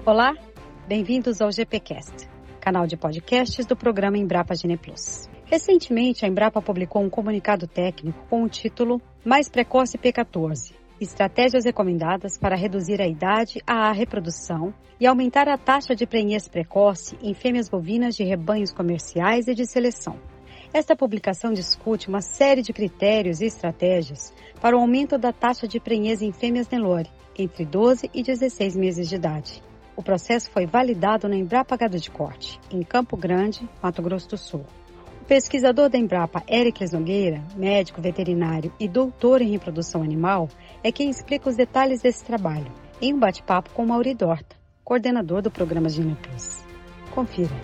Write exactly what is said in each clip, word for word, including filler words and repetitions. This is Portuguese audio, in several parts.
Olá, bem-vindos ao GPcast, canal de podcasts do programa Embrapa Gene Plus. Recentemente, a Embrapa publicou um comunicado técnico com o título Mais Precoce P quatorze, Estratégias recomendadas para reduzir a idade à reprodução e aumentar a taxa de prenhez precoce em fêmeas bovinas de rebanhos comerciais e de seleção. Esta publicação discute uma série de critérios e estratégias para o aumento da taxa de prenhez em fêmeas Nelore, entre doze e dezesseis meses de idade. O processo foi validado na Embrapa Gado de Corte, em Campo Grande, Mato Grosso do Sul. O pesquisador da Embrapa, Éricles Nogueira, médico veterinário e doutor em reprodução animal, é quem explica os detalhes desse trabalho, em um bate-papo com Mauri Dorta, coordenador do programa Gene Plus. Confira.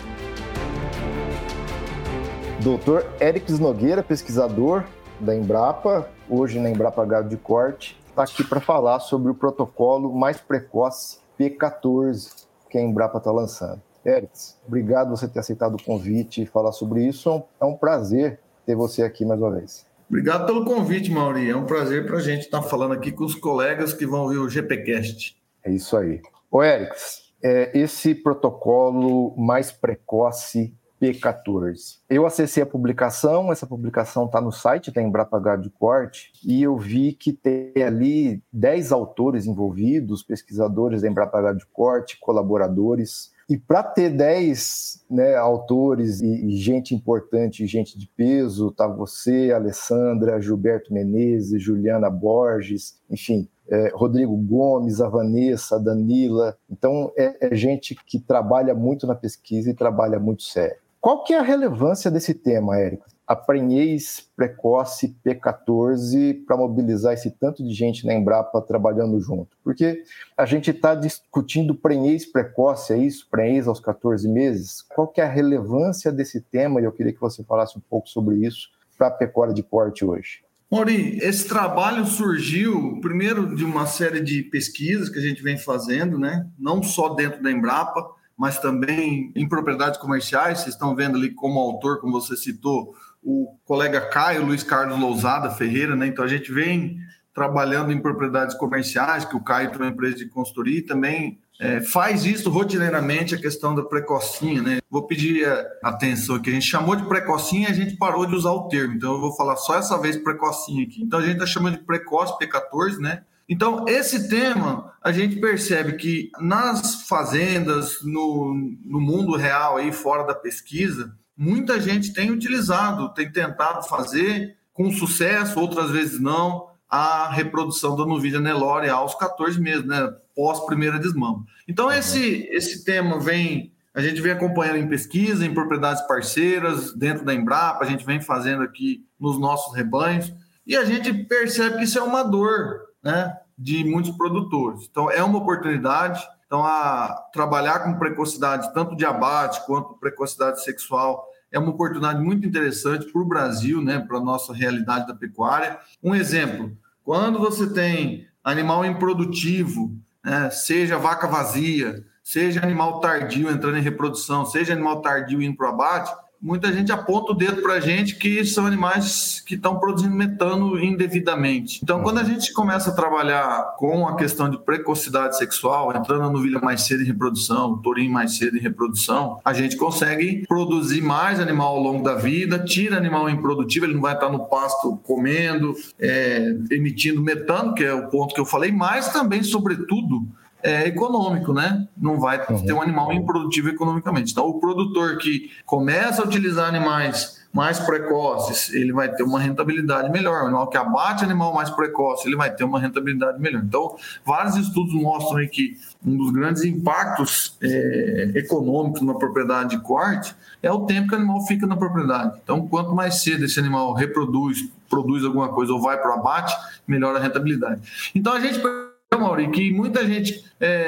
doutor Éricles Nogueira, pesquisador da Embrapa, hoje na Embrapa Gado de Corte, está aqui para falar sobre o protocolo Mais Precoce P quatorze que a Embrapa está lançando. Éricles, obrigado por você ter aceitado o convite e falar sobre isso. É um prazer ter você aqui mais uma vez. Obrigado pelo convite, Mauri. É um prazer para a gente estar falando aqui com os colegas que vão ouvir o GPcast. É isso aí. Ô, Éricles, é, esse protocolo Mais Precoce P quatorze. Eu acessei a publicação, essa publicação está no site da Embrapa Gado de Corte e eu vi que tem ali dez autores envolvidos, pesquisadores da Embrapa Gado de Corte, colaboradores. E para ter dez né, autores e, e gente importante, gente de peso, tá você, Alessandra, Gilberto Menezes, Juliana Borges, enfim, é, Rodrigo Gomes, a Vanessa, a Danila. Então é, é gente que trabalha muito na pesquisa e trabalha muito sério. Qual que é a relevância desse tema, Érico? A prenhez precoce P quatorze para mobilizar esse tanto de gente na Embrapa trabalhando junto? Porque a gente está discutindo prenhez precoce, é isso? Prenhez aos catorze meses? Qual que é a relevância desse tema? E eu queria que você falasse um pouco sobre isso para a pecuária de corte hoje. Mauri, esse trabalho surgiu primeiro de uma série de pesquisas que a gente vem fazendo, né? Não só dentro da Embrapa, mas também em propriedades comerciais. Vocês estão vendo ali como autor, como você citou, o colega Caio Luiz Carlos Lousada Ferreira, né? Então a gente vem trabalhando em propriedades comerciais, que o Caio tem uma empresa de consultoria e também é, faz isso rotineiramente, a questão da precocinha, né? Vou pedir atenção aqui, a gente chamou de precocinha e a gente parou de usar o termo, então eu vou falar só essa vez precocinha aqui. Então a gente está chamando de precoce P quatorze, né? Então, esse tema, a gente percebe que nas fazendas, no, no mundo real, aí fora da pesquisa, muita gente tem utilizado, tem tentado fazer com sucesso, outras vezes não, a reprodução da novilha Nelore aos catorze meses, né, pós primeira desmama. Então, esse, esse tema vem, a gente vem acompanhando em pesquisa, em propriedades parceiras, dentro da Embrapa, a gente vem fazendo aqui nos nossos rebanhos, e a gente percebe que isso é uma dor, né, de muitos produtores. Então, é uma oportunidade. Então, a trabalhar com precocidade, tanto de abate quanto precocidade sexual, é uma oportunidade muito interessante para o Brasil, né, para a nossa realidade da pecuária. Um exemplo, quando você tem animal improdutivo, né, seja vaca vazia, seja animal tardio entrando em reprodução, seja animal tardio indo para o abate, muita gente aponta o dedo para a gente que são animais que estão produzindo metano indevidamente. Então, quando a gente começa a trabalhar com a questão de precocidade sexual, entrando a novilha mais cedo em reprodução, o tourinho mais cedo em reprodução, a gente consegue produzir mais animal ao longo da vida, tira animal improdutivo, ele não vai estar no pasto comendo, é, emitindo metano, que é o ponto que eu falei, mas também, sobretudo, é econômico, né? Não vai ter um animal improdutivo economicamente. Então, o produtor que começa a utilizar animais mais precoces, ele vai ter uma rentabilidade melhor. O animal que abate animal mais precoce, ele vai ter uma rentabilidade melhor. Então, vários estudos mostram aí que um dos grandes impactos é, econômicos numa propriedade de corte é o tempo que o animal fica na propriedade. Então, quanto mais cedo esse animal reproduz, produz alguma coisa ou vai para o abate, melhor a rentabilidade. Então, a gente... Mauri, que muita gente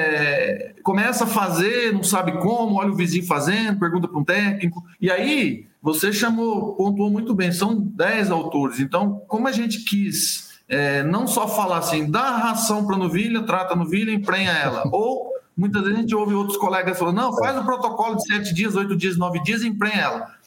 é, começa a fazer, não sabe como, olha o vizinho fazendo, pergunta para um técnico, e aí você chamou, pontuou muito bem, são dez autores. Então, como a gente quis é, não só falar assim, dá ração para a novilha, trata a novilha, emprenha ela, ou muitas vezes a gente ouve outros colegas falando, não, faz o protocolo de sete dias, oito dias, nove dias e emprenha ela.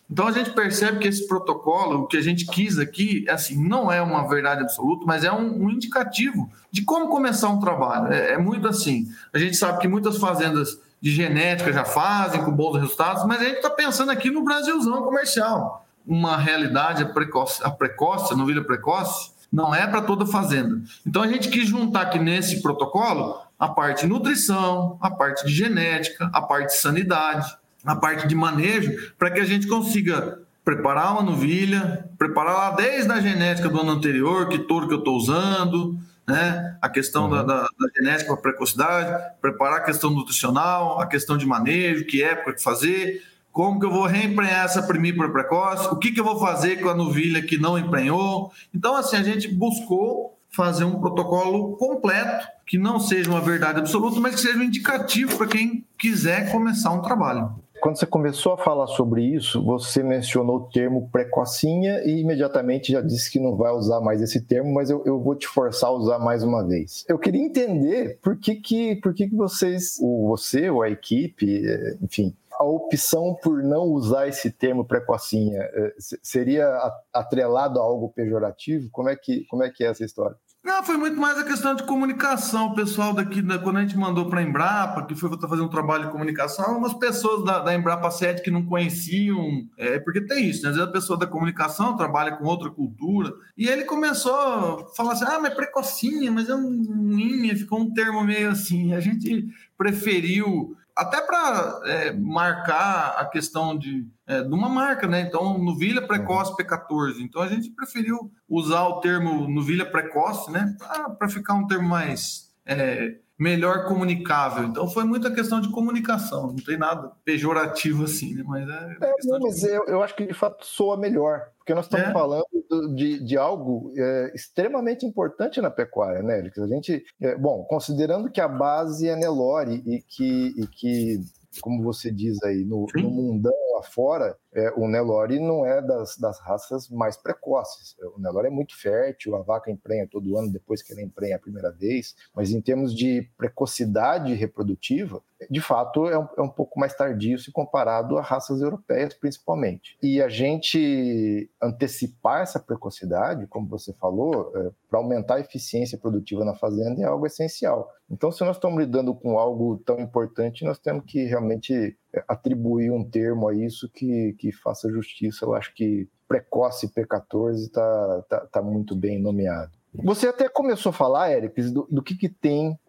Então a gente percebe que esse protocolo, o que a gente quis aqui, é assim, não é uma verdade absoluta, mas é um, um indicativo de como começar um trabalho. É, é muito assim. A gente sabe que muitas fazendas de genética já fazem com bons resultados, mas a gente está pensando aqui no Brasilzão comercial. Uma realidade, a precoce, a precoce, a novilha precoce, não é para toda fazenda. Então a gente quis juntar aqui nesse protocolo a parte de nutrição, a parte de genética, a parte de sanidade, a parte de manejo, para que a gente consiga preparar uma novilha, preparar lá desde a genética do ano anterior, que touro que eu estou usando, né? A questão uhum. da, da, da genética para precocidade, preparar a questão nutricional, a questão de manejo, que época que fazer, como que eu vou reemprenhar essa primípara precoce, o que, que eu vou fazer com a novilha que não emprenhou. Então, assim, a gente buscou fazer um protocolo completo, que não seja uma verdade absoluta, mas que seja um indicativo para quem quiser começar um trabalho. Quando você começou a falar sobre isso, você mencionou o termo precocinha e imediatamente já disse que não vai usar mais esse termo, mas eu, eu vou te forçar a usar mais uma vez. Eu queria entender por que, que, por que, que vocês, ou você ou a equipe, enfim, a opção por não usar esse termo precocinha seria atrelado a algo pejorativo? Como é que, como é, que é essa história? Não, foi muito mais a questão de comunicação. O pessoal daqui, quando a gente mandou para a Embrapa, que foi fazer um trabalho de comunicação, algumas pessoas da, da Embrapa sete que não conheciam, é, porque tem isso, né? Às vezes a pessoa da comunicação trabalha com outra cultura, e ele começou a falar assim, ah, mas precocinha, mas é um inha, ficou um termo meio assim. A gente preferiu, até para é, marcar a questão de, é, de uma marca, né? Então, novilha precoce P quatorze. Então, a gente preferiu usar o termo novilha precoce, né? Para ficar um termo mais é, melhor comunicável. Então, foi muita questão de comunicação. Não tem nada pejorativo assim, né? Mas é. é não, mas eu, eu acho que de fato soa melhor, porque nós estamos é. falando de, de algo é, extremamente importante na pecuária, né, Elix? A gente, é, bom, considerando que a base é Nelore e que, e que como você diz aí, no, no mundão lá fora, é, o Nelore não é das, das raças mais precoces. O Nelore é muito fértil, a vaca emprenha todo ano depois que ela emprenha a primeira vez, mas em termos de precocidade reprodutiva, de fato é um, é um pouco mais tardio se comparado a raças europeias, principalmente. E a gente antecipar essa precocidade, como você falou, é, para aumentar a eficiência produtiva na fazenda é algo essencial. Então, se nós estamos lidando com algo tão importante, nós temos que realmente atribuir um termo a isso que, que faça justiça. Eu acho que precoce P quatorze está tá, tá muito bem nomeado. Você até começou a falar, Eric, do, do que, que tem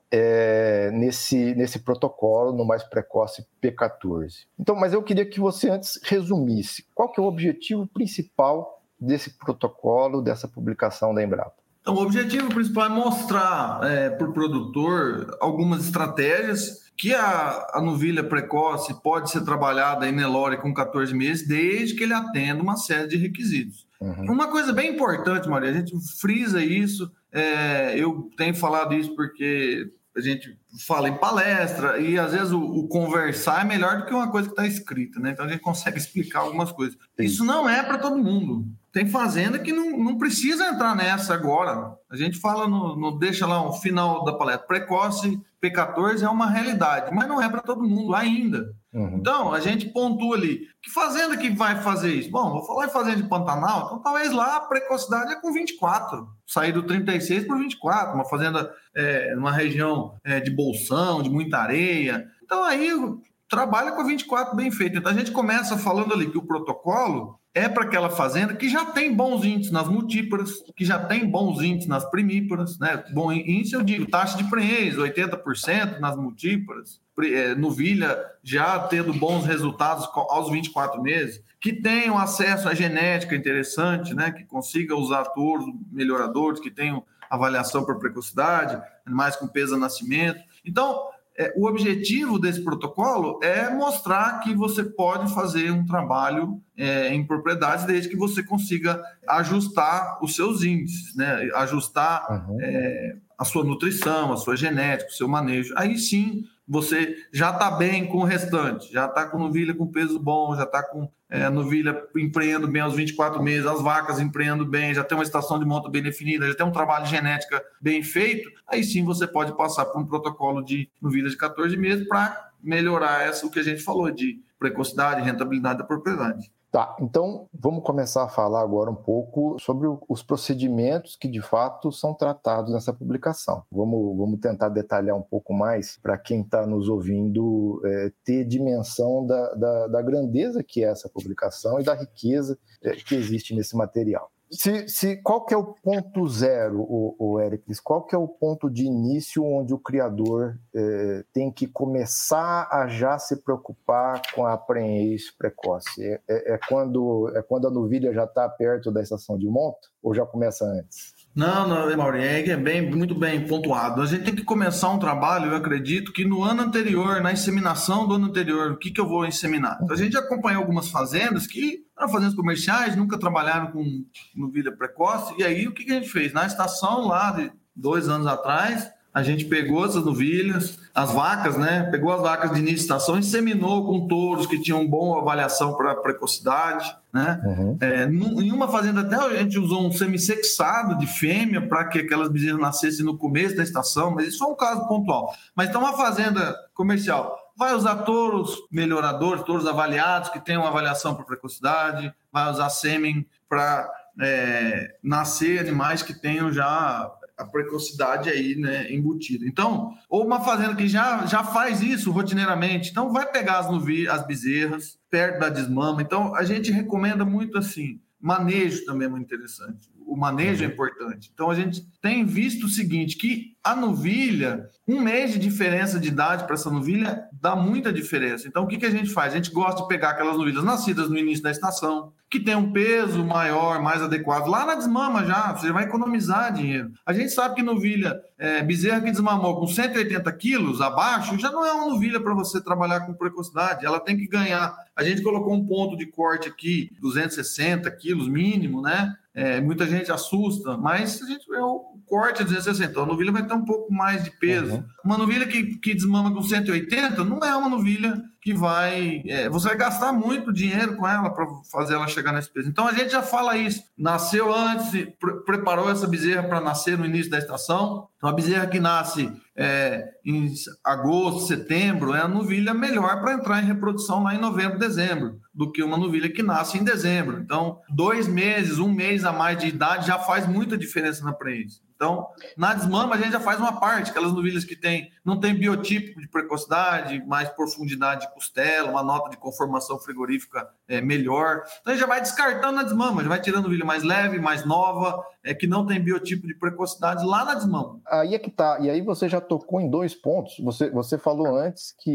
é, nesse, nesse protocolo no mais precoce P quatorze. Então, mas eu queria que você antes resumisse. Qual que é o objetivo principal desse protocolo, dessa publicação da Embrapa? Então, o objetivo principal é mostrar é, para o produtor algumas estratégias que a, a novilha precoce pode ser trabalhada em Nelore com quatorze meses, desde que ele atenda uma série de requisitos. Uhum. Uma coisa bem importante, Maria, a gente frisa isso, é, eu tenho falado isso porque a gente fala em palestra e às vezes o, o conversar é melhor do que uma coisa que está escrita, né? Então a gente consegue explicar algumas coisas. Sim. Isso não é para todo mundo. Tem fazenda que não, não precisa entrar nessa agora. A gente fala, no, no deixa lá o final da palestra, precoce P quatorze é uma realidade, mas não é para todo mundo ainda. Uhum. Então, a gente pontua ali, que fazenda que vai fazer isso? Bom, vou falar em fazenda de Pantanal, então talvez lá a precocidade é com vinte e quatro, sair do trinta e seis para vinte e quatro, uma fazenda é, numa região é, de bolsão, de muita areia. Então, aí trabalha com vinte e quatro bem feito. Então, a gente começa falando ali que o protocolo é para aquela fazenda que já tem bons índices nas multíparas, que já tem bons índices nas primíparas, né? Bom índice, eu digo, taxa de prenhez, oitenta por cento nas multíparas, novilha já tendo bons resultados aos vinte e quatro meses, que tenham acesso à genética interessante, né? Que consiga usar touros melhoradores, que tenham avaliação por precocidade, animais com peso a nascimento. Então, É, o objetivo desse protocolo é mostrar que você pode fazer um trabalho é, em propriedades desde que você consiga ajustar os seus índices, né? Ajustar uhum. é, a sua nutrição, a sua genética, o seu manejo. Aí sim você já está bem com o restante, já está com novilha com peso bom, já está com é, novilha empreendendo bem aos vinte e quatro meses, as vacas empreendendo bem, já tem uma estação de monta bem definida, já tem um trabalho de genética bem feito, aí sim você pode passar por um protocolo de novilha de quatorze meses para melhorar essa, o que a gente falou de precocidade e rentabilidade da propriedade. Tá, então vamos começar a falar agora um pouco sobre os procedimentos que de fato são tratados nessa publicação. Vamos, vamos tentar detalhar um pouco mais para quem está nos ouvindo é, ter dimensão da, da, da grandeza que é essa publicação e da riqueza é, que existe nesse material. Se, se, qual que é o ponto zero, o, o Éricles? Qual que é o ponto de início onde o criador eh, tem que começar a já se preocupar com a prenhez precoce? É, é, é, quando, é quando a novilha já está perto da estação de monta ou já começa antes? Não, não, Mauri, é bem, muito bem pontuado. A gente tem que começar um trabalho, eu acredito, que no ano anterior, na inseminação do ano anterior, o que, que eu vou inseminar? Então, a gente acompanhou algumas fazendas que eram fazendas comerciais, nunca trabalharam com novilha precoce, e aí o que, que a gente fez? Na estação lá de dois anos atrás, a gente pegou essas novilhas, as vacas, né? Pegou as vacas de início de estação e inseminou com touros que tinham boa avaliação para precocidade, né? Uhum. É, em uma fazenda até a gente usou um semissexado de fêmea para que aquelas bezerras nascessem no começo da estação, mas isso é um caso pontual. Mas então uma fazenda comercial vai usar touros melhoradores, touros avaliados que tenham avaliação para precocidade, vai usar sêmen para é, nascer animais que tenham já a precocidade aí, né, embutida. Então, ou uma fazenda que já, já faz isso rotineiramente, então vai pegar as, novi- as bezerras perto da desmama. Então, a gente recomenda muito assim, manejo também é muito interessante. O manejo é importante. Então, a gente tem visto o seguinte, que a novilha, um mês de diferença de idade para essa novilha dá muita diferença. Então, o que, que a gente faz? A gente gosta de pegar aquelas novilhas nascidas no início da estação, que tem um peso maior, mais adequado. Lá na desmama já, você vai economizar dinheiro. A gente sabe que novilha, é, bezerra que desmamou com cento e oitenta quilos abaixo, já não é uma novilha para você trabalhar com precocidade. Ela tem que ganhar. A gente colocou um ponto de corte aqui, duzentos e sessenta quilos mínimo, né? É, muita gente assusta, mas a gente é o corte é duzentos e sessenta, então a novilha vai ter um pouco mais de peso. Uhum. Uma novilha que, que desmama com cento e oitenta não é uma novilha que vai... É, você vai gastar muito dinheiro com ela para fazer ela chegar nesse peso. Então a gente já fala isso. Nasceu antes, pre- preparou essa bezerra para nascer no início da estação. Então a bezerra que nasce é, em agosto, setembro, é a novilha melhor para entrar em reprodução lá em novembro, dezembro, do que uma novilha que nasce em dezembro. Então, dois meses, um mês a mais de idade já faz muita diferença na prenhez. Então, na desmama, a gente já faz uma parte, aquelas novilhas que tem, não tem biotipo de precocidade, mais profundidade de costela, uma nota de conformação frigorífica é, melhor. Então, a gente já vai descartando na desmama, já vai tirando novilha mais leve, mais nova, é, que não tem biotipo de precocidade lá na desmama. Aí é que tá, e aí você já tocou em dois pontos. Você, você falou antes que,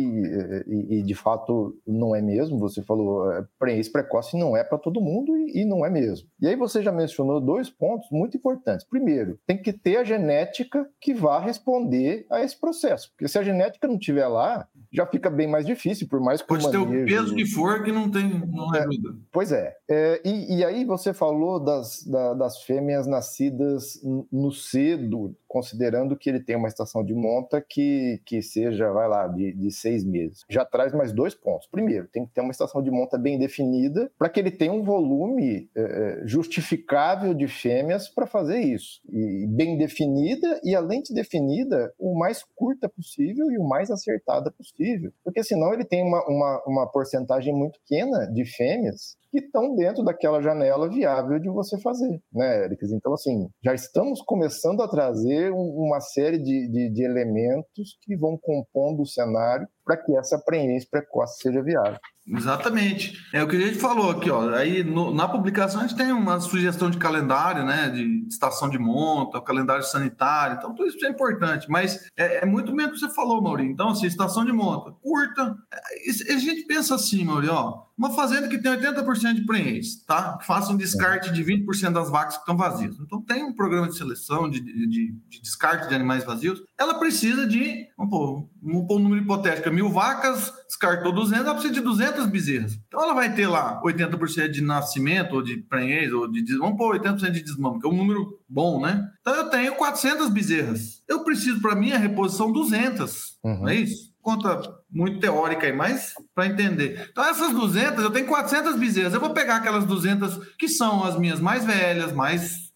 e, e de fato não é mesmo, você falou prenhez precoce não é para todo mundo e, e não é mesmo. E aí você já mencionou dois pontos muito importantes. Primeiro, tem que ter a genética que vá responder a esse processo, porque se a genética não estiver lá, já fica bem mais difícil, por mais que Pode o manejo... ter o peso que for que não tem, não ajuda. É, pois é. é e, e aí você falou das, da, das fêmeas nascidas no cedo, considerando que ele tem uma estação de monta que, que seja, vai lá, de, de seis meses. Já traz mais dois pontos. Primeiro, tem que ter uma estação de monta bem definida para que ele tenha um volume é, justificável de fêmeas para fazer isso. E bem definida e, além de definida, o mais curta possível e o mais acertada possível. Porque senão ele tem uma, uma, uma porcentagem muito pequena de fêmeas que estão dentro daquela janela viável de você fazer, né, Éricles? Então, assim, já estamos começando a trazer uma série de, de, de elementos que vão compondo o cenário para que essa prenhez precoce seja viável. Exatamente. É o que a gente falou aqui, ó. Aí no, na publicação a gente tem uma sugestão de calendário, né? De estação de monta, o calendário sanitário, então tudo isso é importante, mas é, é muito mesmo que você falou, Maurinho. Então, assim, estação de monta, curta. A gente pensa assim, Maurinho, ó, uma fazenda que tem oitenta por cento de prenhez, tá? Que faça um descarte de vinte por cento das vacas que estão vazias. Então tem um programa de seleção, de, de, de descarte de animais vazios. Ela precisa de, vamos pôr, vamos pôr um número hipotético, mil vacas, descartou duzentas, ela precisa de duzentas bezerras. Então ela vai ter lá oitenta por cento de nascimento, ou de prenhez, ou de, vamos pôr oitenta por cento de desmame, que é um número bom, né? Então eu tenho quatrocentas bezerras. Eu preciso, para mim, a reposição duzentas, uhum. Não é isso? Conta muito teórica aí, mas para entender. Então, essas duzentas, eu tenho quatrocentas bezerras. Eu vou pegar aquelas duzentas que são as minhas mais velhas, mais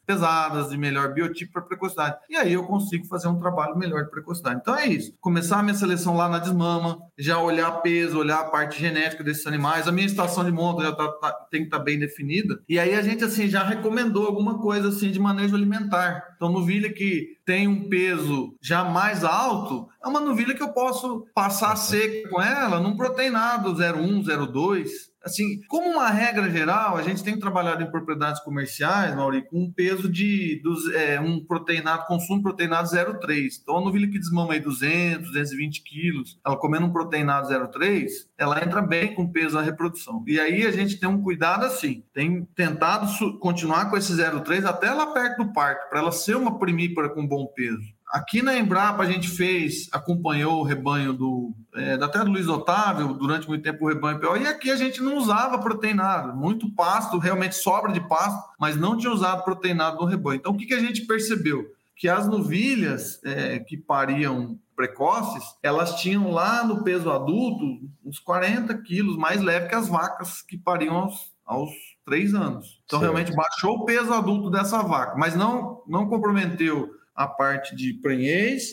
pesadas, de melhor biotipo para precocidade. E aí eu consigo fazer um trabalho melhor de precocidade. Então é isso. Começar a minha seleção lá na desmama, já olhar peso, olhar a parte genética desses animais. A minha estação de monta já tá, tá, tem que estar tá bem definida. E aí a gente assim já recomendou alguma coisa assim de manejo alimentar. Então, novilha que tem um peso já mais alto, é uma novilha que eu posso passar seca com ela num proteinado zero vírgula um, zero vírgula dois. Assim, como uma regra geral, a gente tem trabalhado em propriedades comerciais, Mauri, com um peso de dos, é, um proteinado, consumo proteinado zero vírgula três. Então, a novilha que desmama aí duzentos, duzentos e vinte quilos, ela comendo um proteinado zero vírgula três, ela entra bem com peso na reprodução. E aí a gente tem um cuidado assim, tem tentado continuar com esse zero vírgula três até lá perto do parto, para ela ser uma primípara com bom peso. Aqui na Embrapa a gente fez, acompanhou o rebanho do, é, até do Luiz Otávio, durante muito tempo o rebanho P O, e aqui a gente não usava proteinado, muito pasto, realmente sobra de pasto, mas não tinha usado proteinado no rebanho. Então o que, que a gente percebeu? Que as novilhas é, que pariam precoces, elas tinham lá no peso adulto uns quarenta quilos mais leve que as vacas que pariam aos, aos três anos. Então certo. Realmente baixou o peso adulto dessa vaca, mas não, não comprometeu a parte de prenhez,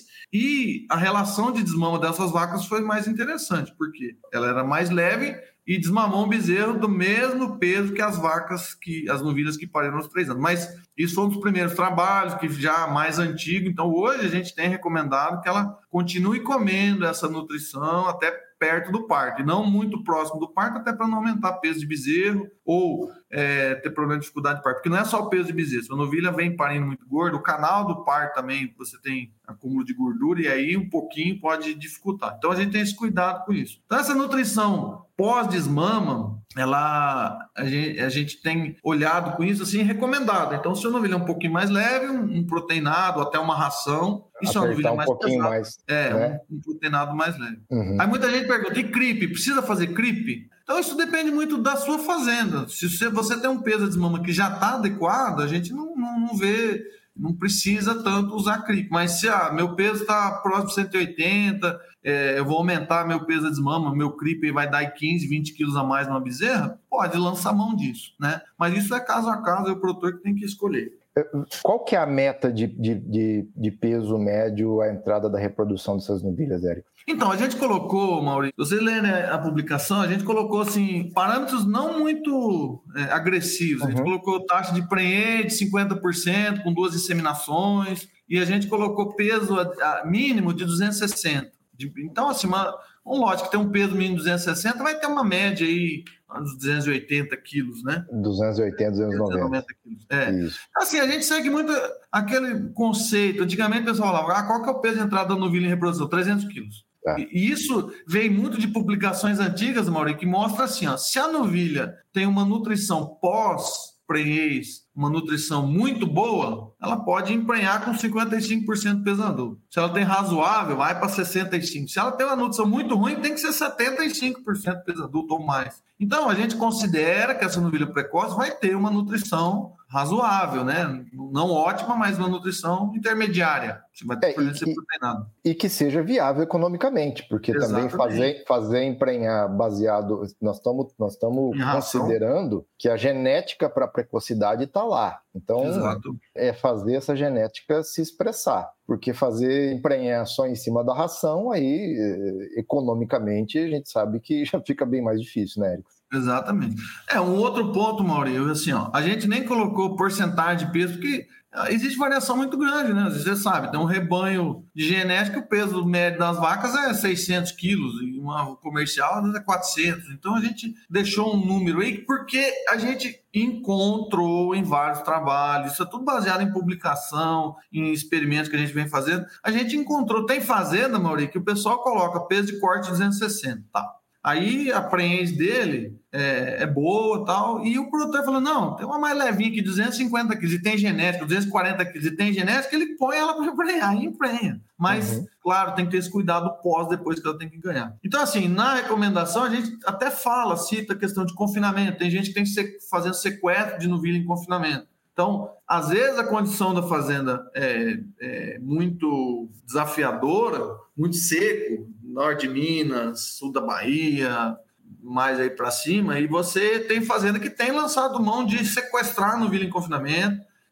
e a relação de desmama dessas vacas foi mais interessante, porque ela era mais leve e desmamou um bezerro do mesmo peso que as vacas, que as novilhas que pariram aos três anos. Mas isso foi um dos primeiros trabalhos, que já mais antigo. Então, hoje a gente tem recomendado que ela continue comendo essa nutrição até perto do parto, e não muito próximo do parto, até para não aumentar peso de bezerro ou é, ter problema de dificuldade de parto, porque não é só o peso de bezerro. Se a novilha vem parindo muito gordo, o canal do parto também, você tem acúmulo de gordura, e aí um pouquinho pode dificultar. Então a gente tem esse cuidado com isso. Então essa nutrição pós-desmama, ela, a gente, a gente tem olhado com isso assim, recomendado. Então se a novilha é um pouquinho mais leve, um, um proteinado, até uma ração, isso é uma novilha um mais pouquinho pesada. mais, é, né? um, um proteinado mais leve. Uhum. Aí muita gente pergunta, e creep? Precisa fazer creep? Então isso depende muito da sua fazenda. Se você, você tem um peso de desmama que já está adequado, a gente não, não, não vê, não precisa tanto usar creep. Mas se ah, meu peso está próximo de cento e oitenta, é, eu vou aumentar meu peso de desmama, meu creep vai dar quinze, vinte quilos a mais numa bezerra, pode lançar mão disso, né? Mas isso é caso a caso, é o produtor que tem que escolher. Qual que é a meta de, de, de, de peso médio à entrada da reprodução dessas novilhas, Érico? Então, a gente colocou, Maurício, você lê, né, a publicação, a gente colocou assim, parâmetros não muito é, agressivos. Uhum. A gente colocou taxa de prenhez de cinquenta por cento com duas inseminações, e a gente colocou peso a, a mínimo de duzentos e sessenta. De, então, assim, uma, um lote que tem um peso mínimo de duzentos e sessenta vai ter uma média aí uns duzentos e oitenta quilos, né? duzentos e oitenta, duzentos e noventa quilos. É. Isso. Assim, a gente segue muito aquele conceito. Antigamente o pessoal falava, ah, qual que é o peso de entrada da novilha em reprodução? trezentos quilos. É. E isso vem muito de publicações antigas, Maurício, que mostra assim, ó, se a novilha tem uma nutrição pós-prenhez, uma nutrição muito boa, ela pode emprenhar com cinquenta e cinco por cento peso adulto. Se ela tem razoável, vai para sessenta e cinco por cento. Se ela tem uma nutrição muito ruim, tem que ser setenta e cinco por cento peso adulto ou mais. Então, a gente considera que essa novilha precoce vai ter uma nutrição razoável, né? Não ótima, mas uma nutrição intermediária. Você vai ter é, que ser proteinado. E que seja viável economicamente, porque Exatamente. Também fazer, fazer emprenhar baseado... Nós estamos nós considerando que a genética para precocidade está lá. Então, Exato. É fazer essa genética se expressar. Porque fazer emprenhar só em cima da ração, aí, economicamente, a gente sabe que já fica bem mais difícil, né, Érico? Exatamente. É, um outro ponto, Maurício, assim, ó, a gente nem colocou porcentagem de peso, porque existe variação muito grande, né? Você sabe, tem um rebanho de genética, o peso médio das vacas é seiscentos quilos, e uma comercial é quatrocentos. Então, a gente deixou um número aí, porque a gente encontrou em vários trabalhos, isso é tudo baseado em publicação, em experimentos que a gente vem fazendo. A gente encontrou, tem fazenda, Maurício, que o pessoal coloca peso de corte de duzentos e sessenta, tá? Aí a prenhez dele é, é boa e tal, e o produtor falou, não, tem uma mais levinha aqui, duzentos e cinquenta quilos, e tem genética, duzentos e quarenta quilos, e tem genética, ele põe ela para emprenhar e emprenha. Mas, uhum. claro, tem que ter esse cuidado pós, depois que ela tem que ganhar. Então, assim, na recomendação, a gente até fala, cita a questão de confinamento. Tem gente que tem que ser, fazer sequestro de novilha em confinamento. Então, às vezes a condição da fazenda é, é muito desafiadora, muito seco, norte de Minas, sul da Bahia, mais aí para cima, e você tem fazenda que tem lançado mão de sequestrar a novilha em confinamento,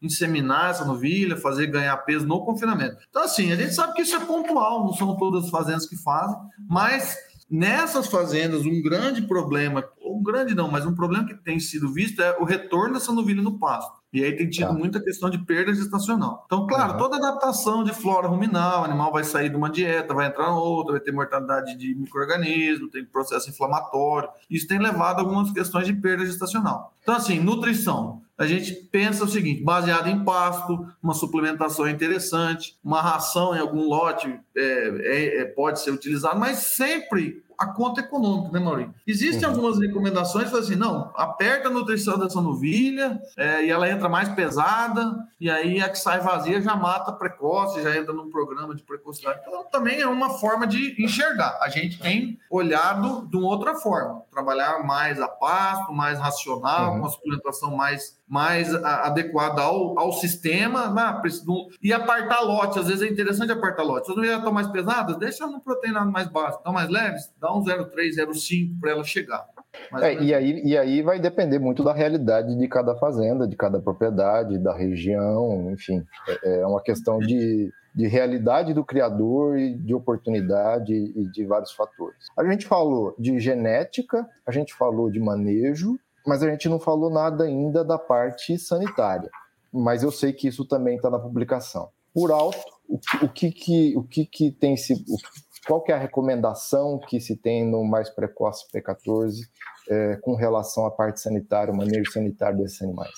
inseminar essa novilha, fazer ganhar peso no confinamento. Então, assim, a gente sabe que isso é pontual, não são todas as fazendas que fazem, mas nessas fazendas, um grande problema, um grande não, mas um problema que tem sido visto é o retorno dessa novilha no pasto. E aí tem tido tá. muita questão de perda gestacional. Então, claro, uhum. toda adaptação de flora ruminal, o animal vai sair de uma dieta, vai entrar em outra, vai ter mortalidade de micro-organismo, tem processo inflamatório. Isso tem levado a algumas questões de perda gestacional. Então, assim, nutrição. A gente pensa o seguinte, baseado em pasto, uma suplementação interessante, uma ração em algum lote é, é, pode ser utilizada, mas sempre a conta econômica, né, Maurinho? Existem uhum. algumas recomendações que assim, não, aperta a nutrição dessa novilha é, e ela entra mais pesada, e aí a que sai vazia já mata precoce, já entra num programa de precocidade. Então, também é uma forma de enxergar. A gente tem olhado de uma outra forma, trabalhar mais a pasto, mais racional, uhum. com uma suplementação mais, mais adequada ao, ao sistema, né? E apartar lote. Às vezes é interessante apartar lote. Se as novilhas estão mais pesadas, deixa no proteinado mais baixo. Estão mais leves, dá um zero vírgula três, zero vírgula cinco para ela chegar. É, e, aí, e aí vai depender muito da realidade de cada fazenda, de cada propriedade, da região, enfim. É, é uma questão de, de realidade do criador e de oportunidade e de vários fatores. A gente falou de genética, a gente falou de manejo, mas a gente não falou nada ainda da parte sanitária. Mas eu sei que isso também está na publicação. Por alto, o, o, que, que, o que, que tem se... Qual que é a recomendação que se tem no Mais Precoce P quatorze é, com relação à parte sanitária, o manejo sanitário desses animais?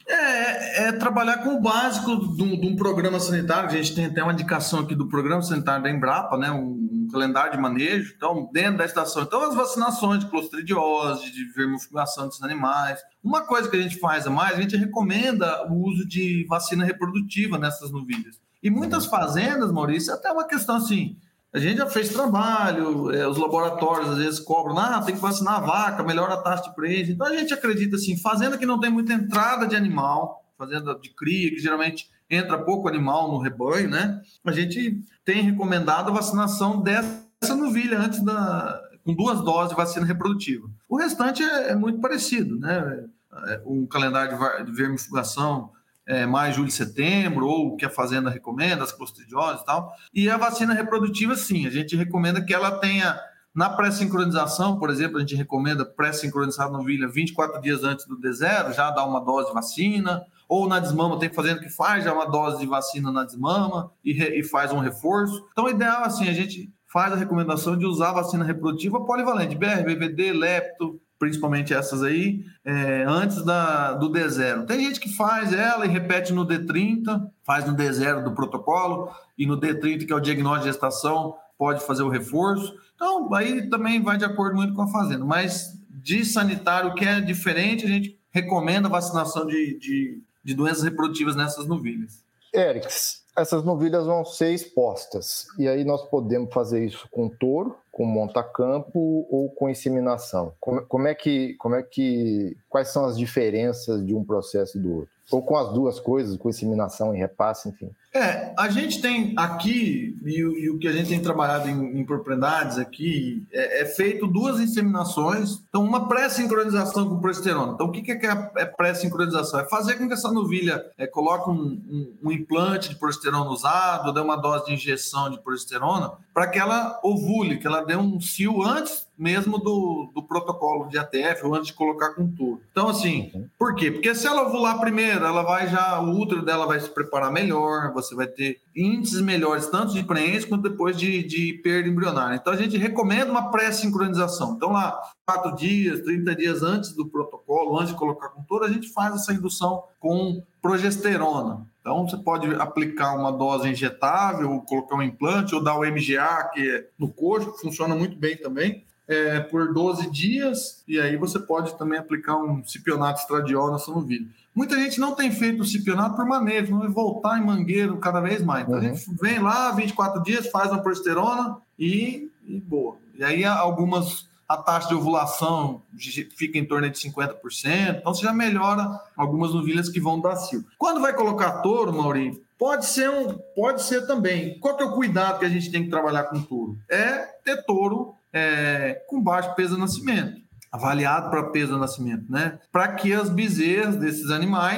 É, é trabalhar com o básico de um, de um programa sanitário. A gente tem até uma indicação aqui do programa sanitário da Embrapa, né, um, um calendário de manejo, então, dentro da estação. Então, as vacinações de clostridiose, de vermifugação desses animais. Uma coisa que a gente faz a mais, a gente recomenda o uso de vacina reprodutiva nessas novilhas. E muitas fazendas, Maurício, até uma questão assim... A gente já fez trabalho, é, os laboratórios às vezes cobram, ah, tem que vacinar a vaca, melhora a taxa de preço. Então a gente acredita assim, fazenda que não tem muita entrada de animal, fazenda de cria, que geralmente entra pouco animal no rebanho, né? A gente tem recomendado a vacinação dessa novilha antes da... com duas doses de vacina reprodutiva. O restante é, é muito parecido, né? Um calendário de vermifugação, É, maio, julho, setembro, ou o que a fazenda recomenda, as clostridioses e tal. E a vacina reprodutiva, sim, a gente recomenda que ela tenha, na pré-sincronização, por exemplo, a gente recomenda pré-sincronizar a novilha vinte e quatro dias antes do D zero, já dá uma dose de vacina, ou na desmama, tem fazenda que faz já uma dose de vacina na desmama e, re, e faz um reforço. Então, o ideal, assim, a gente faz a recomendação de usar a vacina reprodutiva polivalente, B R, B V D, lepto, principalmente essas aí, é, antes da, do D zero. Tem gente que faz ela e repete no D trinta, faz no D zero do protocolo, e no D trinta, que é o diagnóstico de gestação, pode fazer o reforço. Então, aí também vai de acordo muito com a fazenda. Mas de sanitário, que é diferente, a gente recomenda a vacinação de, de, de doenças reprodutivas nessas novilhas. Erics, essas novilhas vão ser expostas, e aí nós podemos fazer isso com touro, com monta-campo ou com inseminação. Como, como, é que, como é que, quais são as diferenças de um processo e do outro? Ou com as duas coisas, com inseminação e repasse, enfim. É, a gente tem aqui, e, e o que a gente tem trabalhado em, em propriedades aqui, é, é feito duas inseminações, então uma pré-sincronização com progesterona. Então o que, que é, é pré-sincronização? É fazer com que essa novilha é, coloque um, um, um implante de progesterona usado, dê uma dose de injeção de progesterona, para que ela ovule, que ela dê um cio antes mesmo do, do protocolo de A T F, ou antes de colocar com touro. Então, assim, por quê? Porque se ela ovular primeiro, ela vai já, o útero dela vai se preparar melhor, você vai ter índices melhores, tanto de preenche quanto depois de, de perda embrionária. Então, a gente recomenda uma pré-sincronização. Então, lá, quatro dias, trinta dias antes do protocolo, antes de colocar com touro, a gente faz essa indução com progesterona. Então, você pode aplicar uma dose injetável, ou colocar um implante, ou dar o M G A, que é no coxo, que funciona muito bem também, é, por doze dias, e aí você pode também aplicar um cipionato estradiol nessa novilha. Muita gente não tem feito o cipionato por manejo, não vai voltar em mangueiro cada vez mais. Então, uhum. a gente vem lá, vinte e quatro dias, faz uma progesterona e, e boa. E aí, algumas... a taxa de ovulação fica em torno de cinquenta por cento, então você já melhora algumas novilhas que vão dar cio. Quando vai colocar touro, Maurinho, pode ser, um, pode ser também. Qual que é o cuidado que a gente tem que trabalhar com touro? É ter touro é, com baixo peso de nascimento, avaliado para peso de nascimento, né? Para que as bezerras desses animais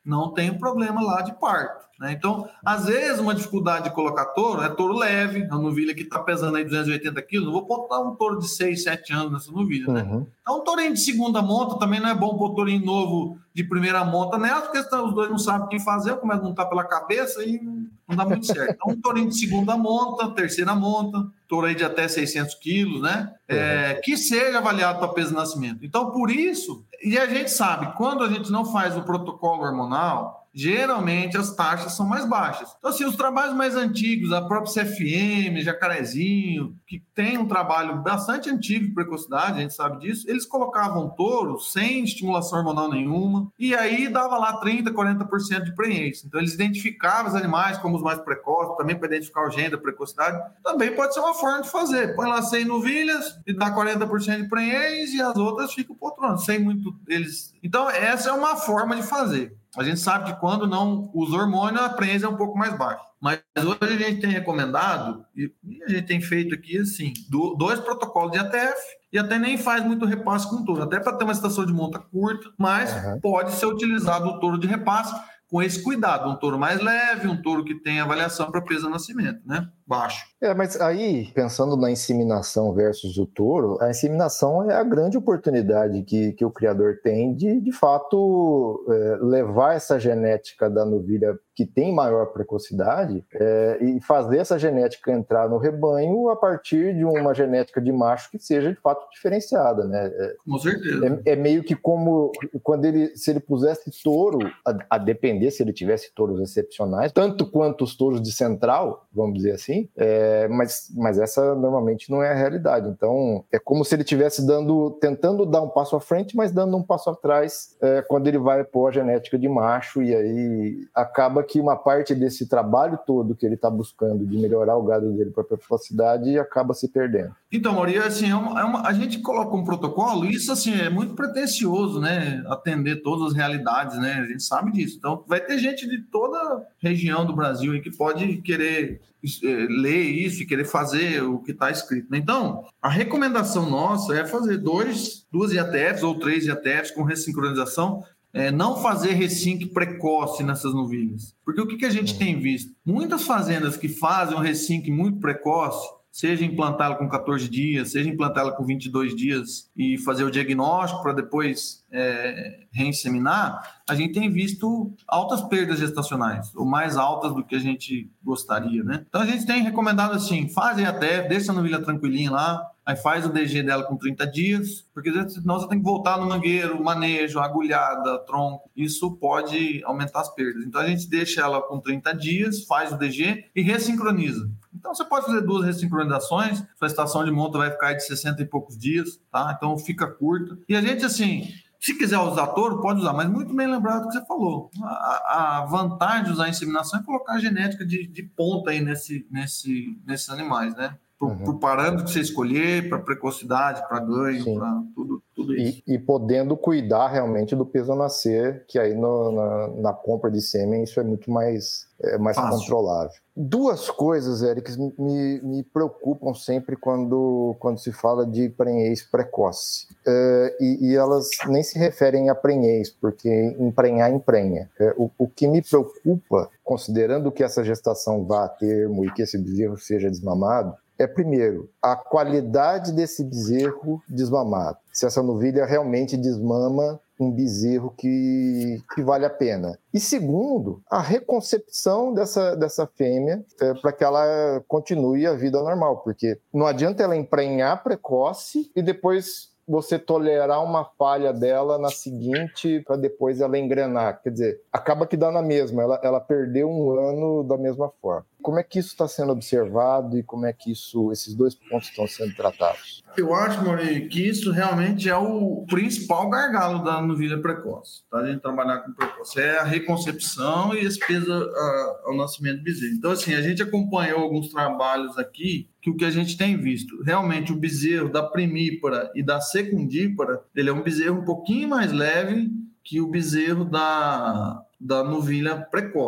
não tem problema lá de parto, né? Então, às vezes, uma dificuldade de colocar touro é touro leve, a novilha que está pesando aí duzentos e oitenta quilos, não vou botar um touro de seis, sete anos nessa novilha, né? Uhum. Então, um tourinho de segunda monta também não é bom pôr tourinho novo de primeira monta nela, porque os dois não sabem o que fazer, começa a montar pela cabeça e não dá muito certo. Então, um tourinho de segunda monta, terceira monta, touro aí de até seiscentos quilos, né? Uhum. É, que seja avaliado para peso de nascimento. Então, por isso, e a gente sabe, quando a gente não faz o protocolo hormonal, geralmente as taxas são mais baixas. Então, assim, os trabalhos mais antigos, a própria C F M, Jacarezinho, que tem um trabalho bastante antigo de precocidade, a gente sabe disso, eles colocavam touro sem estimulação hormonal nenhuma, e aí dava lá trinta, quarenta por cento de prenhez. Então, eles identificavam os animais como os mais precoces, também para identificar o gênero da precocidade. Também pode ser uma forma de fazer. Põe lá cem novilhas e dá quarenta por cento de prenhez e as outras ficam por outro ano, sem muito eles. Então, essa é uma forma de fazer. A gente sabe que quando não usa hormônio, a prenhez é um pouco mais baixa. Mas hoje a gente tem recomendado, e a gente tem feito aqui, assim, dois protocolos de A T F, e até nem faz muito repasse com touro, até para ter uma estação de monta curta, mas uhum. pode ser utilizado o touro de repasse com esse cuidado, um touro mais leve, um touro que tem avaliação para peso de nascimento, né? Baixo. É, mas aí, pensando na inseminação versus o touro, a inseminação é a grande oportunidade que, que o criador tem de, de fato, é, levar essa genética da novilha que tem maior precocidade é, e fazer essa genética entrar no rebanho a partir de uma genética de macho que seja, de fato, diferenciada, né? É, com certeza. É, é meio que como quando ele, se ele pusesse touro, a, a depender se ele tivesse touros excepcionais, tanto quanto os touros de central, vamos dizer assim, É, mas, mas essa normalmente não é a realidade. Então é como se ele estivesse dando, tentando dar um passo à frente, mas dando um passo atrás é, quando ele vai pôr a genética de macho, e aí acaba que uma parte desse trabalho todo que ele está buscando de melhorar o gado dele para a precocidade acaba se perdendo. Então, Mauri, assim, é uma, é uma, a gente coloca um protocolo, e isso assim, é muito pretensioso, né? Atender todas as realidades, né? A gente sabe disso. Então vai ter gente de toda região do Brasil aí que pode querer ler isso e querer fazer o que está escrito. Então, a recomendação nossa é fazer dois, duas I A T Fs ou três I A T Fs com ressincronização, é, não fazer ressinc precoce nessas novilhas. Porque o que, que a gente tem visto? Muitas fazendas que fazem um ressinc muito precoce, seja implantá-la com catorze dias, seja implantá-la com vinte e dois dias e fazer o diagnóstico para depois é, reinseminar, a gente tem visto altas perdas gestacionais, ou mais altas do que a gente gostaria, né? Então a gente tem recomendado assim, faz até, deixa a novilha tranquilinha lá, aí faz o D G dela com trinta dias, porque senão você tem que voltar no mangueiro, manejo, agulhada, tronco, isso pode aumentar as perdas. Então a gente deixa ela com trinta dias, faz o D G e ressincroniza. Então você pode fazer duas ressincronizações, sua estação de monta vai ficar de sessenta e poucos dias, tá? Então fica curta. E a gente, assim, se quiser usar touro, pode usar, mas muito bem lembrado do que você falou. A, a vantagem de usar a inseminação é colocar a genética de, de ponta aí nesse, nesse, nesses animais, né? Por, uhum. por parâmetro que você escolher, para precocidade, para ganho, para tudo, tudo isso. E, e podendo cuidar realmente do peso a nascer, que aí no, na, na compra de sêmen isso é muito mais, é mais controlável. Duas coisas, Eric, me, me preocupam sempre quando, quando se fala de prenhez precoce. É, e, e elas nem se referem a prenhez, porque emprenhar emprenha. É, o, o que me preocupa, considerando que essa gestação vá a termo e que esse bezerro seja desmamado, é, primeiro, a qualidade desse bezerro desmamado. Se essa novilha realmente desmama um bezerro que, que vale a pena. E segundo, a reconcepção dessa, dessa fêmea é, para que ela continue a vida normal, porque não adianta ela emprenhar precoce e depois você tolerar uma falha dela na seguinte para depois ela engrenar. Quer dizer, acaba que dá na mesma, ela, ela perdeu um ano da mesma forma. Como é que isso está sendo observado e como é que isso, esses dois pontos estão sendo tratados? Eu acho, Maurício, que isso realmente é o principal gargalo da novilha precoce. Tá? A gente trabalhar com precoce é a reconcepção e esse peso a, ao nascimento do bezerro. Então, assim, a gente acompanhou alguns trabalhos aqui que o que a gente tem visto, realmente o bezerro da primípara e da secundípara, ele é um bezerro um pouquinho mais leve que o bezerro da, da novilha precoce.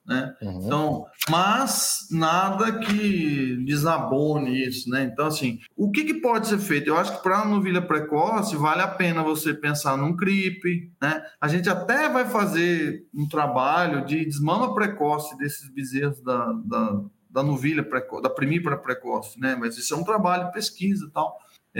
né? Uhum. Então, mas nada que desabone isso, né? Então, assim, o que, que pode ser feito? Eu acho que para a novilha precoce vale a pena você pensar num creep, né? A gente até vai fazer um trabalho de desmama precoce desses bezerros da, da, da novilha precoce, da primípara precoce, né? Mas isso é um trabalho de pesquisa e tal.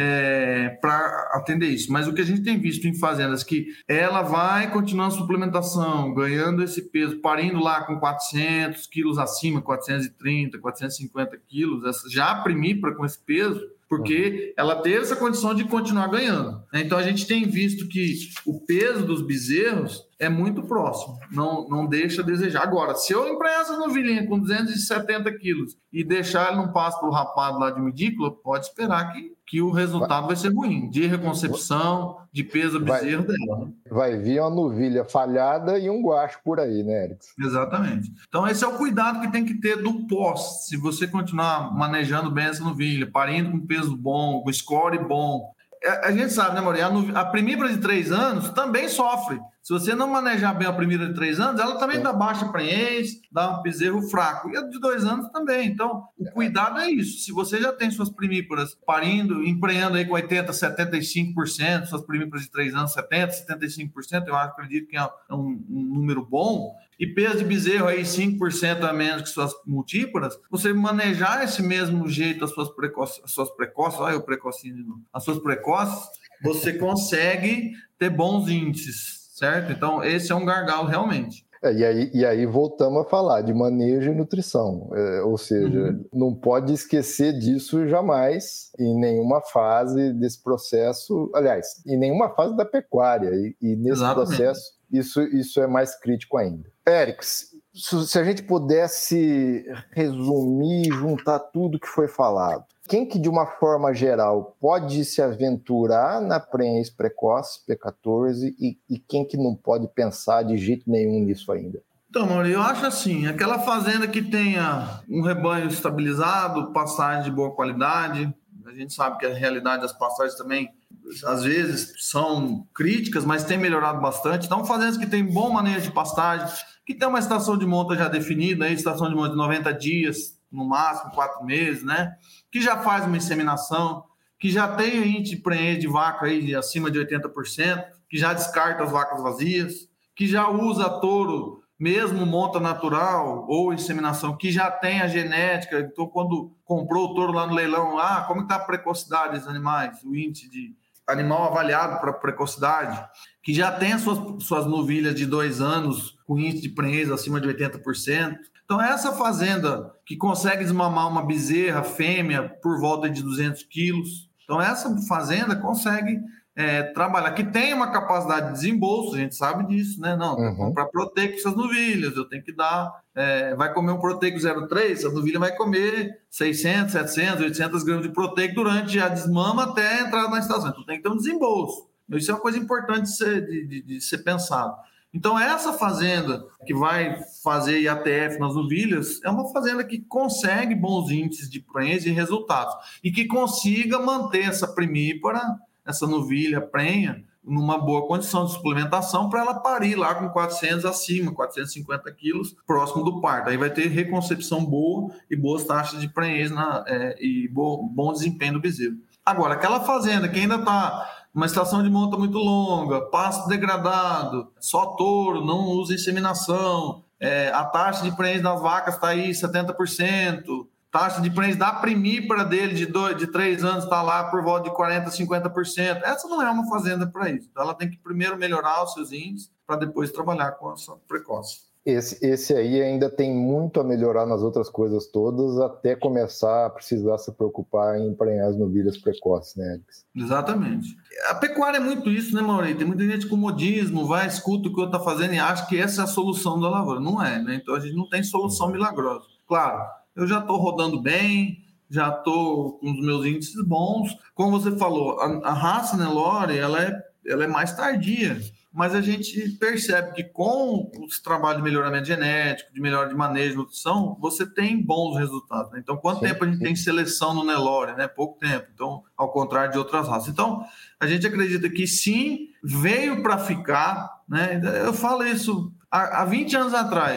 É, para atender isso, mas o que a gente tem visto em fazendas que ela vai continuando a suplementação, ganhando esse peso, parindo lá com quatrocentos quilos acima, quatrocentos e trinta, quatrocentos e cinquenta quilos, essa, já primípara com esse peso, porque ela teve essa condição de continuar ganhando. Então a gente tem visto que o peso dos bezerros é muito próximo, não, não deixa a desejar. Agora, se eu emprenhar essa novilhinha com duzentos e setenta quilos e deixar ele num pasto rapado lá de medícula, pode esperar que, que o resultado vai ser ruim, de reconcepção, de peso do bezerro dela. Vai vir uma novilha falhada e um guacho por aí, né, Eric? Exatamente. Então esse é o cuidado que tem que ter do pós. Se você continuar manejando bem essa novilha, parindo com peso bom, com score bom, a gente sabe, né, Maurício? A primípara de três anos também sofre. Se você não manejar bem a primípara de três anos, ela também dá baixa prenhez, dá um bezerro fraco. E a de dois anos também. Então, o cuidado é isso. Se você já tem suas primíparas parindo, emprenhando aí com oitenta por cento, setenta e cinco por cento, suas primíparas de três anos, setenta por cento, setenta e cinco por cento, eu acredito que é um, um número bom, e peso de bezerro aí cinco por cento a menos que suas multíparas, você manejar esse mesmo jeito as suas precoces, as suas precoces, olha o precocinho, as suas precoces, você consegue ter bons índices. Certo? Então, esse é um gargalo realmente. É, e, aí, e aí voltamos a falar de manejo e nutrição. É, ou seja, uhum. não pode esquecer disso jamais, em nenhuma fase desse processo. Aliás, em nenhuma fase da pecuária. E, e nesse Exatamente. processo, isso, isso é mais crítico ainda. Erics, se a gente pudesse resumir, juntar tudo que foi falado, quem que, de uma forma geral, pode se aventurar na prenhez precoce, P quatorze, e, e quem que não pode pensar de jeito nenhum nisso ainda? Então, Maurício, eu acho assim, aquela fazenda que tenha um rebanho estabilizado, pastagem de boa qualidade, a gente sabe que a realidade das pastagens também, às vezes, são críticas, mas tem melhorado bastante. Então, fazendas que tem bom manejo de pastagem, que tem uma estação de monta já definida, aí, estação de monta de noventa dias, no máximo, quatro meses, né? Que já faz uma inseminação, que já tem índice de prenhez de vaca aí de acima de oitenta por cento, que já descarta as vacas vazias, que já usa touro, mesmo monta natural ou inseminação, que já tem a genética. Então, quando comprou o touro lá no leilão, ah, como está a precocidade dos animais, o índice de animal avaliado para precocidade, que já tem as suas, suas novilhas de dois anos com índice de prenhez acima de oitenta por cento. Então, essa fazenda que consegue desmamar uma bezerra fêmea por volta de duzentos quilos, então essa fazenda consegue é, trabalhar, que tem uma capacidade de desembolso, a gente sabe disso, né? Não, tem que comprar proteico para essas novilhas, eu tenho que dar, é, vai comer um proteico zero vírgula três, a novilha vai comer seiscentos, setecentos, oitocentos gramas de proteico durante a desmama até entrar na estação, então tem que ter um desembolso. Isso é uma coisa importante de ser, de, de, de ser pensado. Então, essa fazenda que vai fazer I A T F nas novilhas é uma fazenda que consegue bons índices de prenhez e resultados e que consiga manter essa primípara, essa novilha prenha, numa boa condição de suplementação para ela parir lá com quatrocentos acima, quatrocentos e cinquenta quilos, próximo do parto. Aí vai ter reconcepção boa e boas taxas de prenhez na, é, e bo, bom desempenho do bezerro. Agora, aquela fazenda que ainda está uma estação de monta muito longa, pasto degradado, só touro, não usa inseminação, é, a taxa de prenhez das vacas está aí setenta por cento, taxa de prenhez da primípara dele de, dois, de três anos está lá por volta de quarenta por cento, cinquenta por cento. Essa não é uma fazenda para isso. Então, ela tem que primeiro melhorar os seus índices para depois trabalhar com essa precoce. Esse, esse aí ainda tem muito a melhorar nas outras coisas todas, até começar a precisar se preocupar em emprenhar as novilhas precoces, né, Alex? Exatamente. A pecuária é muito isso, né, Maurício? Tem muita gente com modismo, vai, escuta o que o outro está fazendo e acha que essa é a solução da lavoura. Não é, né? Então, a gente não tem solução milagrosa. Claro, eu já estou rodando bem, já estou com os meus índices bons. Como você falou, a, a raça Nelore, ela é, ela é mais tardia. Mas a gente percebe que com os trabalhos de melhoramento genético, de melhora de manejo, nutrição, você tem bons resultados. Né? Então, quanto sim, tempo a gente sim. tem seleção no Nelore? Né? Pouco tempo. Então, ao contrário de outras raças. Então, a gente acredita que sim, veio para ficar. Né? Eu falo isso há, há vinte anos atrás.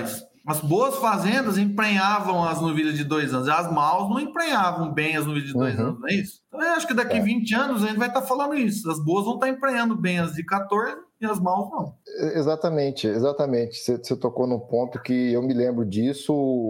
as boas fazendas emprenhavam as novilhas de dois anos, e as maus não emprenhavam bem as novilhas de dois uhum. anos, não é isso? Então, eu acho que daqui a é. vinte anos a gente vai estar falando isso. As boas vão estar emprenhando bem as de quatorze e as maus não. Exatamente, exatamente. Você, você tocou num ponto que eu me lembro disso.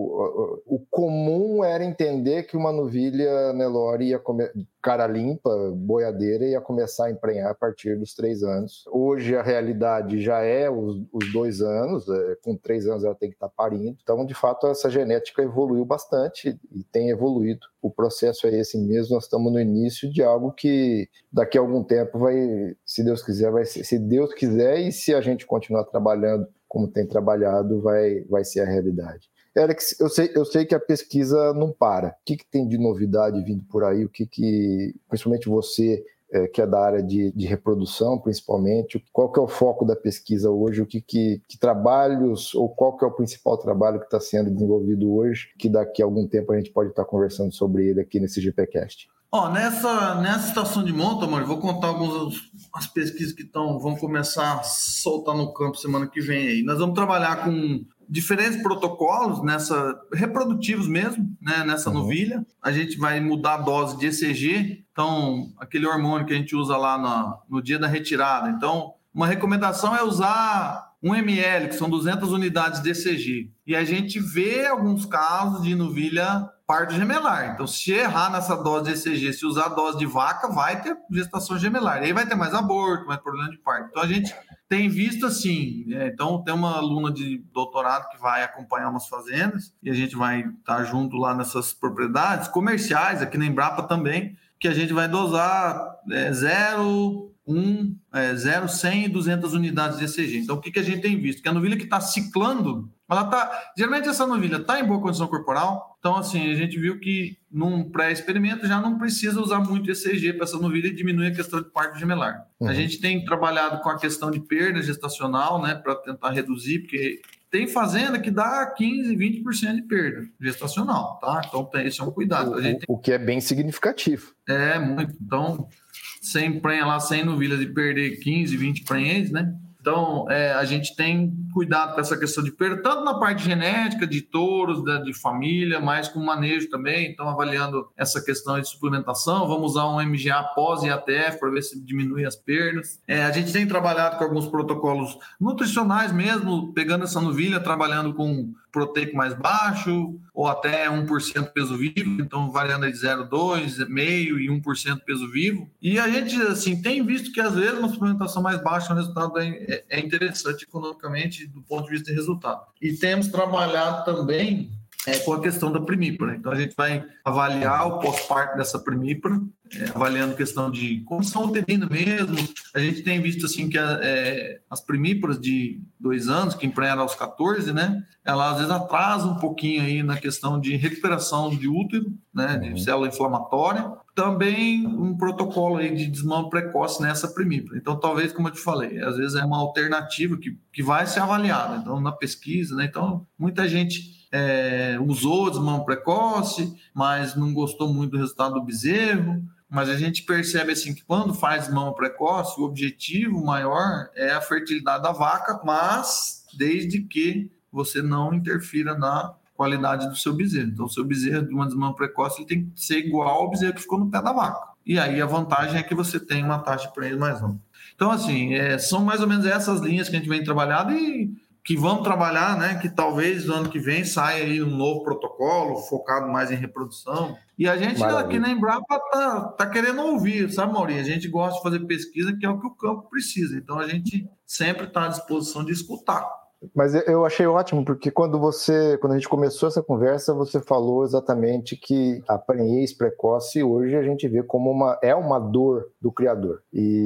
O, o comum era entender que uma novilha Nelore ia comer cara limpa, boiadeira, ia começar a emprenhar a partir dos três anos. Hoje a realidade já é os, os dois anos, é, com três anos ela tem que estar parindo. Então, de fato, essa genética evoluiu bastante e tem evoluído. O processo é esse mesmo, nós estamos no início de algo que daqui a algum tempo vai, se Deus quiser, vai ser, se Deus quiser e se a gente continuar trabalhando como tem trabalhado, vai, vai ser a realidade. Alex, eu sei, eu sei que a pesquisa não para. O que, que tem de novidade vindo por aí? O que, que principalmente você, é, que é da área de, de reprodução, principalmente, qual que é o foco da pesquisa hoje? O que, que, que trabalhos, ou qual que é o principal trabalho que está sendo desenvolvido hoje, que daqui a algum tempo a gente pode estar conversando sobre ele aqui nesse GPcast? Ó, nessa, nessa estação de monta, mano, vou contar algumas as pesquisas que tão, vão começar a soltar no campo semana que vem aí. Nós vamos trabalhar com diferentes protocolos nessa, reprodutivos mesmo, né, nessa uhum. novilha. A gente vai mudar a dose de E C G, então, aquele hormônio que a gente usa lá no, no dia da retirada. Então, uma recomendação é usar um mililitro, que são duzentas unidades de E C G. E a gente vê alguns casos de novilha parto gemelar. Então, se errar nessa dose de E C G, se usar a dose de vaca, vai ter gestação gemelar. E aí vai ter mais aborto, mais problema de parto. Então, a gente tem visto assim. É, então, tem uma aluna de doutorado que vai acompanhar umas fazendas e a gente vai estar junto lá nessas propriedades comerciais, aqui na Embrapa também, que a gente vai dosar é, zero, um, é, zero, cem e duzentas unidades de E C G. Então, o que, que a gente tem visto? Que a novilha que está ciclando, ela tá, geralmente essa novilha está em boa condição corporal. Então, assim, a gente viu que num pré-experimento já não precisa usar muito E C G para essa novilha e diminuir a questão de parto gemelar. Uhum. A gente tem trabalhado com a questão de perda gestacional, né, para tentar reduzir, porque tem fazenda que dá quinze, vinte por cento de perda gestacional, tá? Então, tem, esse é um cuidado. O, a gente tem... o que é bem significativo. É, muito. Então, você emprenha lá cem novilhas e perder quinze, vinte prenhez, né? Então, é, a gente tem cuidado com essa questão de perda, tanto na parte genética, de touros, de, de família, mas com manejo também. Então, avaliando essa questão de suplementação, vamos usar um M G A pós-I A T F para ver se diminui as perdas. É, a gente tem trabalhado com alguns protocolos nutricionais mesmo, pegando essa novilha, trabalhando com proteico mais baixo, ou até um por cento peso vivo, então variando de zero vírgula dois, zero vírgula cinco e um por cento peso vivo. E a gente, assim, tem visto que às vezes uma suplementação mais baixa, o resultado é, é interessante economicamente do ponto de vista de resultado. E temos trabalhado também é, com a questão da primípara. Então a gente vai avaliar o pós-parto dessa primípara, é, avaliando a questão de condição uterina mesmo. A gente tem visto assim que a, é, as primíparas de dois anos, que emprenham aos quatorze, né, ela às vezes atrasa um pouquinho aí na questão de recuperação de útero, né, de uhum. célula inflamatória. Também um protocolo aí de desmame precoce nessa primípara. Então, talvez, como eu te falei, às vezes é uma alternativa que, que vai ser avaliada. Então, na pesquisa, né, então muita gente é, usou desmame precoce, mas não gostou muito do resultado do bezerro. Mas a gente percebe assim que quando faz mama precoce, o objetivo maior é a fertilidade da vaca, mas desde que você não interfira na qualidade do seu bezerro. Então, o seu bezerro de uma desmama precoce ele tem que ser igual ao bezerro que ficou no pé da vaca. E aí a vantagem é que você tem uma taxa de prenhez mais alta. Então, assim, é, são mais ou menos essas linhas que a gente vem trabalhando e que vamos trabalhar, né? Que talvez no ano que vem saia aí um novo protocolo focado mais em reprodução. E a gente Maravilha. Aqui na Embrapa tá, tá querendo ouvir, sabe, Maurinho? A gente gosta de fazer pesquisa, que é o que o campo precisa. Então a gente sempre está à disposição de escutar. Mas eu achei ótimo, porque quando você, quando a gente começou essa conversa, você falou exatamente que a prenhez precoce hoje a gente vê como uma, é uma dor do criador.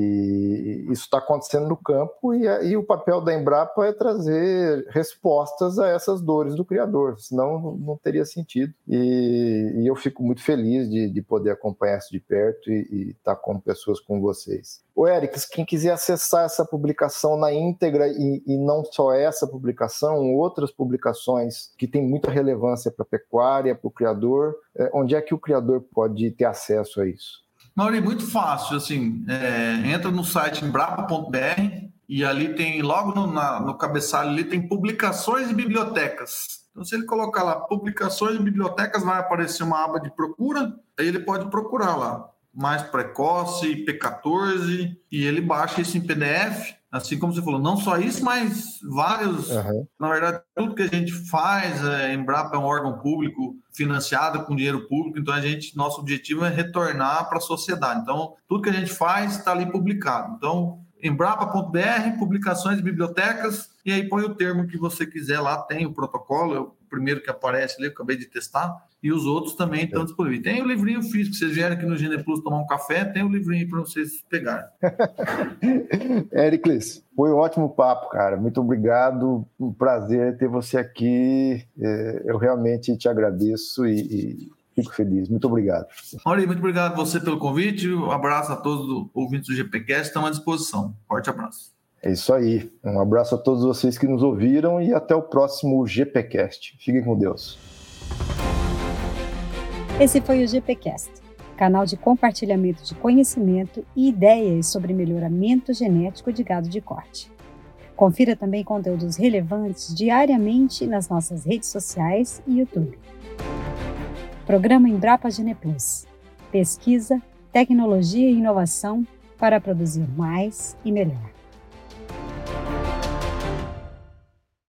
E isso está acontecendo no campo e, e o papel da Embrapa é trazer respostas a essas dores do criador, senão não teria sentido. E, e eu fico muito feliz de, de poder acompanhar isso de perto e estar tá com pessoas como vocês. Ô, Eric, quem quiser acessar essa publicação na íntegra e, e não só essa publicação, outras publicações que têm muita relevância para a pecuária, para o criador, é, onde é que o criador pode ter acesso a isso? Mauri, muito fácil, assim, é, entra no site embrapa ponto b r, e ali tem, logo no, na, no cabeçalho, ali tem publicações e bibliotecas. Então, se ele colocar lá publicações e bibliotecas, vai aparecer uma aba de procura, aí ele pode procurar lá, mais precoce, P quatorze, e ele baixa isso em P D F, assim como você falou, não só isso, mas vários, uhum. Na verdade, tudo que a gente faz, a Embrapa é um órgão público financiado com dinheiro público, então a gente, nosso objetivo é retornar para a sociedade, então tudo que a gente faz está ali publicado, então embrapa ponto b r, publicações e bibliotecas, e aí põe o termo que você quiser lá, tem o protocolo, é o primeiro que aparece ali, eu acabei de testar, e os outros também estão disponíveis. Tem o livrinho físico, vocês vierem aqui no Geneplus tomar um café, tem o livrinho para vocês pegarem. Éricles, foi um ótimo papo, cara, muito obrigado, um prazer ter você aqui, eu realmente te agradeço e... e... Fico feliz. Muito obrigado. Mauri, muito obrigado a você pelo convite. Um abraço a todos os ouvintes do G P Cast. Estamos à disposição. Forte abraço. É isso aí. Um abraço a todos vocês que nos ouviram e até o próximo G P Cast. Fiquem com Deus. Esse foi o G P Cast, canal de compartilhamento de conhecimento e ideias sobre melhoramento genético de gado de corte. Confira também conteúdos relevantes diariamente nas nossas redes sociais e YouTube. Programa Embrapa Geneplus. Pesquisa, tecnologia e inovação para produzir mais e melhor.